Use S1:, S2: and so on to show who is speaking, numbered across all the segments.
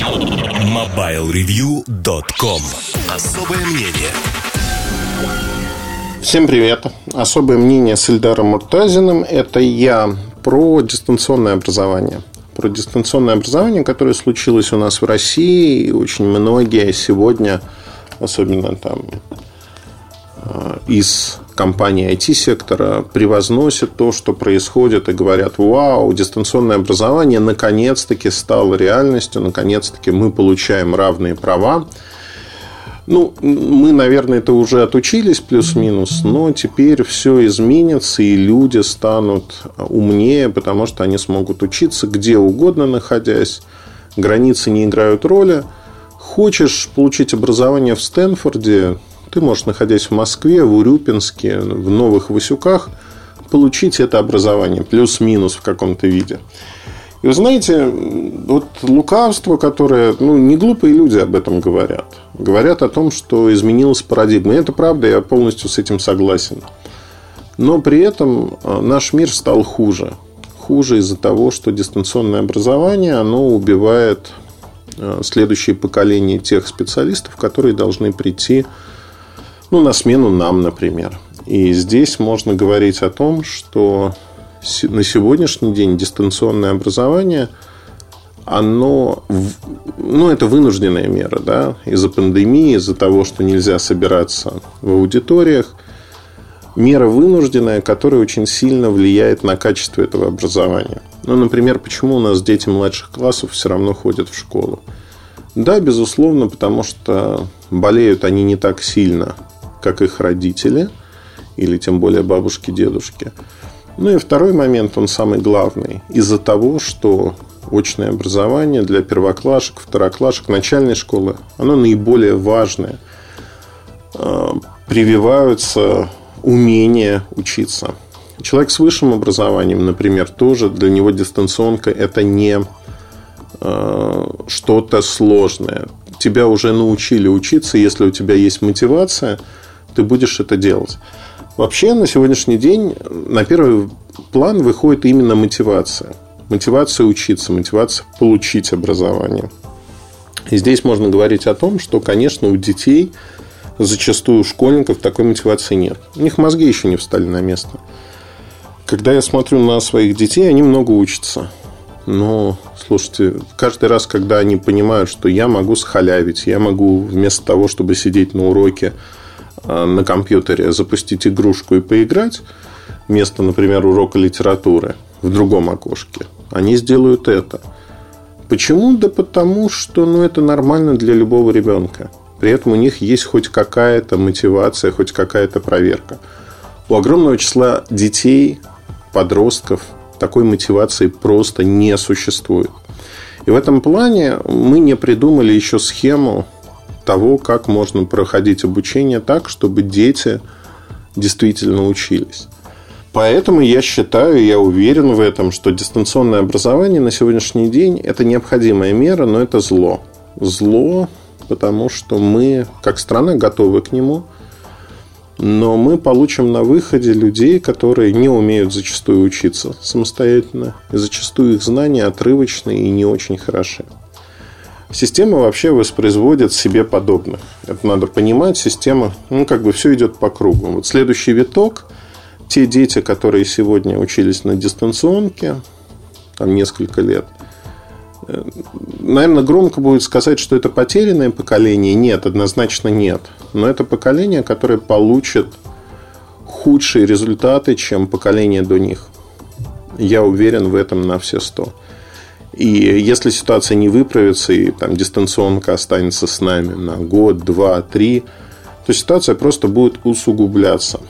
S1: MobileReview.com. Особое мнение.
S2: Всем привет. Особое мнение с Ильдаром Муртазиным. Это я про дистанционное образование. Про дистанционное образование, которое случилось у нас в России. И очень многие сегодня, особенно там из компаний IT-сектора, превозносят то, что происходит, и говорят: вау, дистанционное образование наконец-таки стало реальностью, наконец-таки мы получаем равные права. Ну, мы, наверное, это уже отучились плюс-минус, но теперь все изменится, и люди станут умнее, потому что они смогут учиться где угодно находясь, границы не играют роли. Хочешь получить образование в Стэнфорде, ты можешь, находясь в Москве, в Урюпинске, в Новых Васюках, получить это образование, плюс-минус в каком-то виде. И вы знаете, вот лукавство, которое... не глупые люди об этом говорят. Говорят о том, что изменилась парадигма. И это правда, я полностью с этим согласен. Но при этом наш мир стал хуже. Хуже из-за того, что дистанционное образование, оно убивает следующее поколение тех специалистов, которые должны прийти на смену нам, например. И здесь можно говорить о том, что на сегодняшний день дистанционное образование, оно, это вынужденная мера, да, из-за пандемии, из-за того, что нельзя собираться в аудиториях. Мера вынужденная, которая очень сильно влияет на качество этого образования. Например, почему у нас дети младших классов все равно ходят в школу? Да, безусловно, потому что болеют они не так сильно, как их родители, или тем более бабушки, дедушки. И второй момент, он самый главный. Из-за того, что очное образование для первоклашек, второклашек, начальной школы, оно наиболее важное. Прививаются умения учиться. Человек с высшим образованием, например, тоже для него дистанционка – это не что-то сложное. Тебя уже научили учиться, если у тебя есть мотивация, ты будешь это делать. Вообще, на сегодняшний день на первый план выходит именно мотивация. Мотивация учиться, мотивация получить образование. И здесь можно говорить о том, что, конечно, у детей, зачастую у школьников, такой мотивации нет. У них мозги еще не встали на место. Когда я смотрю на своих детей, они много учатся. Но, слушайте, каждый раз, когда они понимают, что я могу схалявить, я могу вместо того, чтобы сидеть на уроке на компьютере, запустить игрушку и поиграть, вместо, например, урока литературы в другом окошке, они сделают это. Почему? Да потому что это нормально для любого ребенка. При этом у них есть хоть какая-то мотивация, хоть какая-то проверка. У огромного числа детей, подростков такой мотивации просто не существует. И в этом плане мы не придумали еще схему того, как можно проходить обучение так, чтобы дети действительно учились. Поэтому я считаю, я уверен в этом, что дистанционное образование на сегодняшний день – это необходимая мера, но это зло. Зло, потому что мы, как страна, готовы к нему, но мы получим на выходе людей, которые не умеют зачастую учиться самостоятельно, и зачастую их знания отрывочные и не очень хороши. Система вообще воспроизводит себе подобных. Это надо понимать. Система, все идет по кругу. Вот следующий виток. Те дети, которые сегодня учились на дистанционке, там несколько лет, наверное, громко будет сказать, что это потерянное поколение. Нет, однозначно нет. Но это поколение, которое получит худшие результаты, чем поколение до них. Я уверен в этом на все 100. И если ситуация не выправится, и дистанционка останется с нами на год, 2, 3, то ситуация просто будет усугубляться.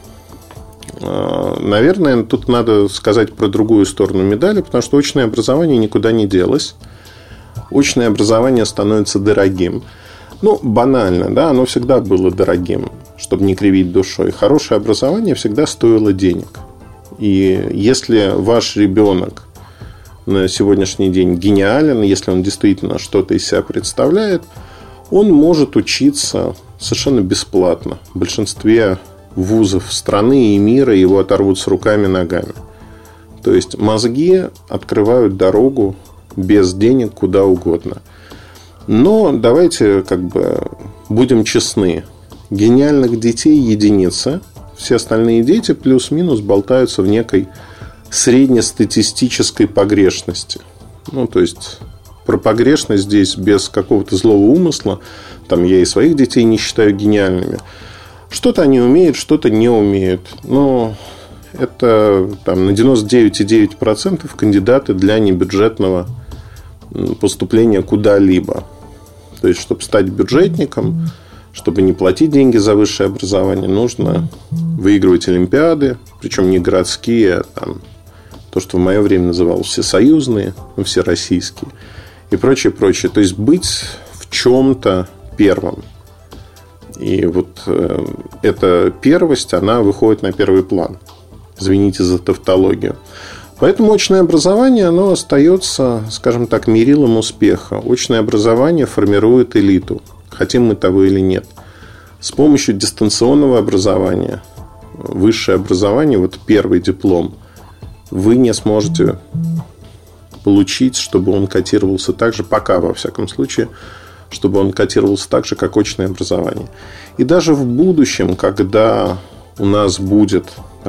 S2: Наверное, тут надо сказать про другую сторону медали, потому что очное образование никуда не делось. Очное образование становится дорогим. Банально, да, оно всегда было дорогим, чтобы не кривить душой. Хорошее образование всегда стоило денег. И если ваш ребенок на сегодняшний день гениален, если он действительно что-то из себя представляет, он может учиться совершенно бесплатно. В большинстве вузов страны и мира его оторвут с руками и ногами. То есть мозги открывают дорогу без денег куда угодно. Но давайте будем честны. Гениальных детей единицы. Все остальные дети плюс-минус болтаются в некой среднестатистической погрешности. То есть про погрешность здесь без какого-то злого умысла. Там я и своих детей не считаю гениальными. Что-то они умеют, что-то не умеют. Но это на 99,9% кандидаты для небюджетного поступления куда-либо. То есть, чтобы стать бюджетником, чтобы не платить деньги за высшее образование, нужно выигрывать олимпиады, причем не городские, а то, что в мое время называлось всесоюзные, всероссийские и прочее, прочее. То есть, быть в чем-то первым. И вот эта первость, она выходит на первый план. Извините за тавтологию. Поэтому очное образование, оно остается, скажем так, мерилом успеха. Очное образование формирует элиту, хотим мы того или нет. С помощью дистанционного образования, высшее образование, вот первый диплом, вы не сможете получить, чтобы он котировался так же, пока, во всяком случае, чтобы он котировался так же, как очное образование. И даже в будущем, когда у нас будет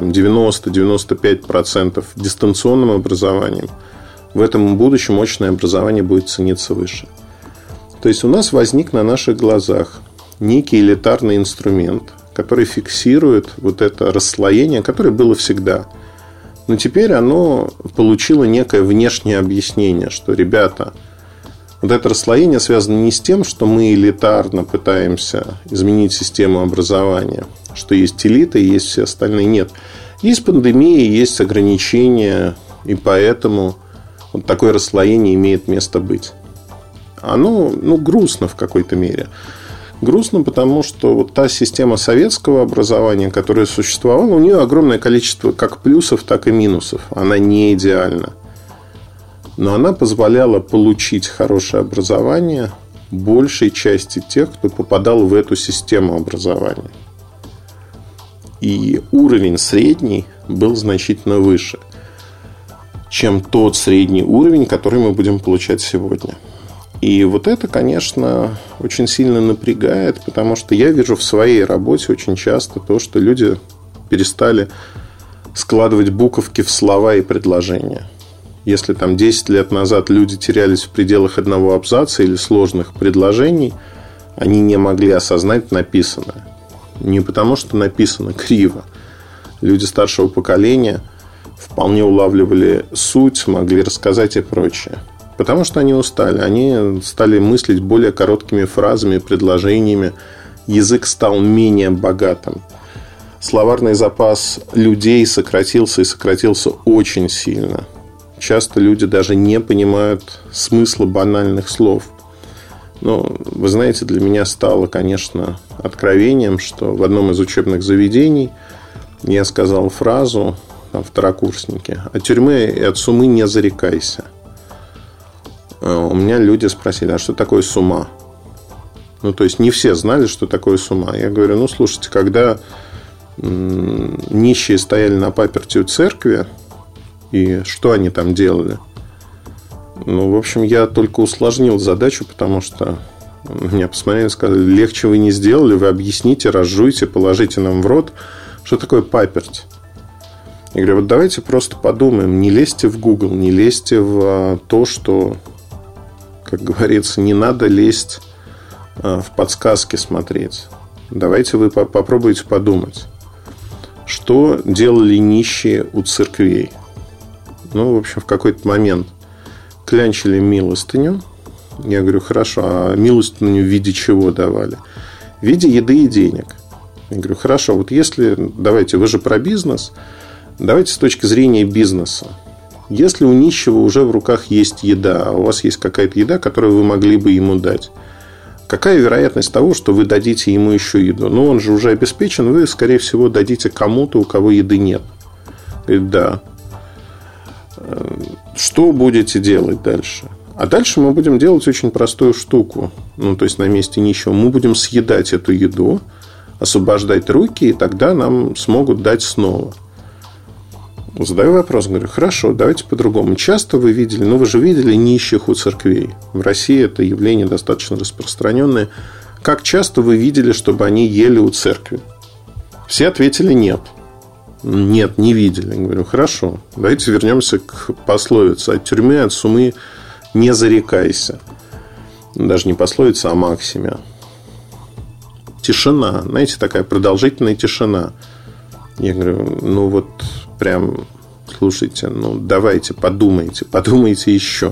S2: 90-95% дистанционным образованием, в этом будущем очное образование будет цениться выше. То есть у нас возник на наших глазах некий элитарный инструмент, который фиксирует вот это расслоение, которое было всегда. Но теперь оно получило некое внешнее объяснение, что, ребята, вот это расслоение связано не с тем, что мы элитарно пытаемся изменить систему образования, что есть элита и есть все остальные. Нет. Есть пандемия, есть ограничения, и поэтому вот такое расслоение имеет место быть. Оно грустно в какой-то мере. Грустно, потому что вот та система советского образования, которая существовала, у нее огромное количество как плюсов, так и минусов. Она не идеальна. Но она позволяла получить хорошее образование большей части тех, кто попадал в эту систему образования. И уровень средний был значительно выше, чем тот средний уровень, который мы будем получать сегодня. И вот это, конечно, очень сильно напрягает, потому что я вижу в своей работе очень часто то, что люди перестали складывать буковки в слова и предложения. Если 10 лет назад люди терялись в пределах одного абзаца или сложных предложений, они не могли осознать написанное. Не потому, что написано криво. Люди старшего поколения вполне улавливали суть, могли рассказать и прочее. Потому что они устали. Они стали мыслить более короткими фразами, предложениями. Язык стал менее богатым. Словарный запас людей сократился, и сократился очень сильно. Часто люди даже не понимают смысла банальных слов. Но, вы знаете, для меня стало, конечно, откровением, что в одном из учебных заведений я сказал фразу, второкурсники: от тюрьмы и от сумы не зарекайся. У меня люди спросили: а что такое сума? То есть не все знали, что такое сума. Я говорю: слушайте, когда нищие стояли на паперти у церкви, и что они там делали? В общем, я только усложнил задачу, потому что меня посмотрели и сказали: легче вы не сделали, вы объясните, разжуйте, положите нам в рот, что такое паперть. Я говорю: вот давайте просто подумаем, не лезьте в Google, не лезьте в то, что, как говорится, не надо лезть в подсказки смотреть. Давайте вы попробуйте подумать, что делали нищие у церквей. В общем, в какой-то момент клянчили милостыню. Я говорю: хорошо, а милостыню в виде чего давали? В виде еды и денег. Я говорю: хорошо, вот если, давайте, вы же про бизнес, давайте с точки зрения бизнеса. Если у нищего уже в руках есть еда, а у вас есть какая-то еда, которую вы могли бы ему дать, какая вероятность того, что вы дадите ему еще еду? Он же уже обеспечен, вы, скорее всего, дадите кому-то, у кого еды нет. Говорит: да. Что будете делать дальше? А дальше мы будем делать очень простую штуку. То есть на месте нищего мы будем съедать эту еду, освобождать руки, и тогда нам смогут дать снова. Задаю вопрос, говорю, хорошо, давайте по-другому. Часто вы видели, вы же видели нищих у церквей. В России это явление достаточно распространенное. Как часто вы видели, чтобы они ели у церкви? Все ответили нет. Нет, не видели. Я говорю, хорошо, давайте вернемся к пословице: от тюрьмы, от сумы не зарекайся. Даже не пословица, а максиме. Тишина, знаете, такая продолжительная тишина. Я говорю, прям, слушайте, давайте, подумайте еще.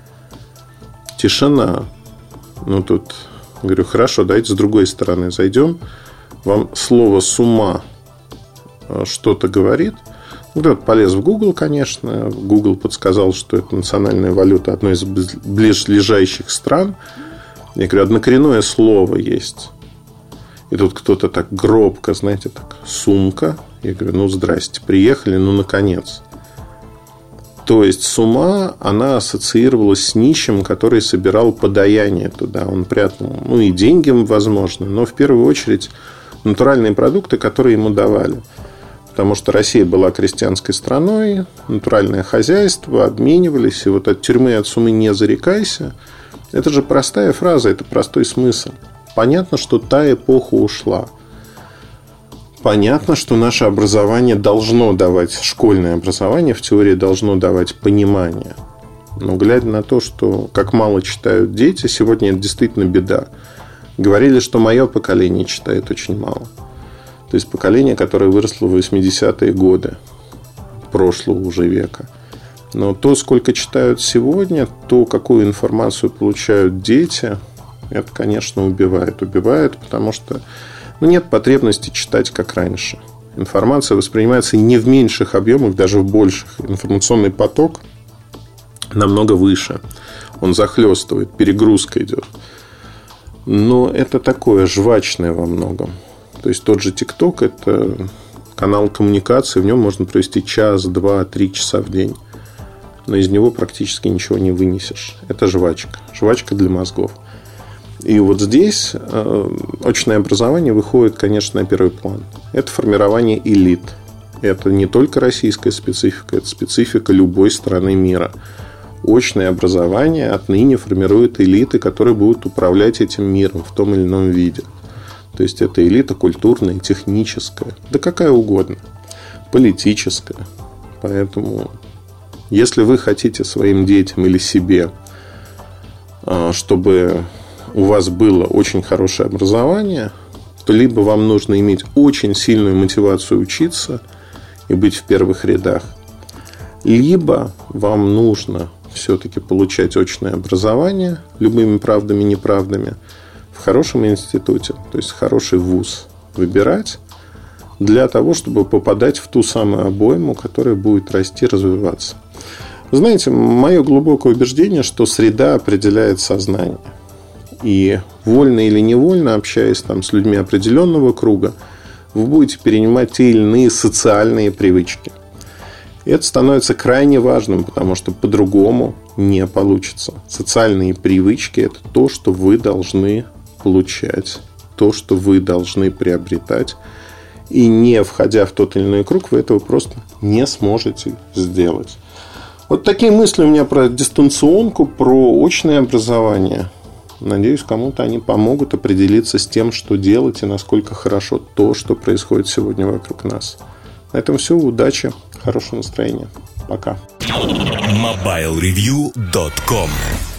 S2: Тишина. Тут, говорю, хорошо, давайте с другой стороны зайдем. Вам слово «с ума» что-то говорит? Кто-то полез в Google, конечно. Google подсказал, что это национальная валюта одной из ближайших стран. Я говорю, однокоренное слово есть. И тут кто-то так гробко, знаете, так, сумка. Я говорю, здрасте, приехали, наконец. То есть сумма, она ассоциировалась с нищим, который собирал подаяние туда. Он прятал, и деньги, возможно, но в первую очередь натуральные продукты, которые ему давали. Потому что Россия была крестьянской страной, натуральное хозяйство, обменивались. И вот от тюрьмы, от суммы не зарекайся. Это же простая фраза, это простой смысл. Понятно, что та эпоха ушла. Понятно, что наше образование должно давать, школьное образование в теории должно давать понимание. Но глядя на то, что как мало читают дети, сегодня это действительно беда. Говорили, что мое поколение читает очень мало. То есть поколение, которое выросло в 80-е годы прошлого уже века. Но то, сколько читают сегодня, то, какую информацию получают дети, это, конечно, убивает. Убивает, потому что нет потребности читать, как раньше. Информация воспринимается не в меньших объемах, даже в больших. Информационный поток намного выше. Он захлестывает, перегрузка идет. Но это такое жвачное во многом. То есть тот же ТикТок – это канал коммуникации. В нем можно провести час, 2, 3 часа в день. Но из него практически ничего не вынесешь. Это жвачка. Жвачка для мозгов. И вот здесь очное образование выходит, конечно, на первый план. Это формирование элит. Это не только российская специфика, это специфика любой страны мира. Очное образование отныне формирует элиты, которые будут управлять этим миром в том или ином виде. То есть это элита культурная, техническая, да какая угодно, политическая. Поэтому, если вы хотите своим детям или себе, чтобы у вас было очень хорошее образование, то либо вам нужно иметь очень сильную мотивацию учиться и быть в первых рядах, либо вам нужно все-таки получать очное образование любыми правдами и неправдами в хорошем институте, то есть хороший вуз выбирать для того, чтобы попадать в ту самую обойму, которая будет расти, развиваться. Вы знаете, мое глубокое убеждение, что среда определяет сознание. И вольно или невольно, общаясь с людьми определенного круга, вы будете перенимать те или иные социальные привычки. И это становится крайне важным, потому что по-другому не получится. Социальные привычки – это то, что вы должны получать, то, что вы должны приобретать. И не входя в тот или иной круг, вы этого просто не сможете сделать. Вот такие мысли у меня про дистанционку, про очное образование. Надеюсь, кому-то они помогут определиться с тем, что делать и насколько хорошо то, что происходит сегодня вокруг нас. На этом все. Удачи, хорошего настроения. Пока.
S1: MobileReview.com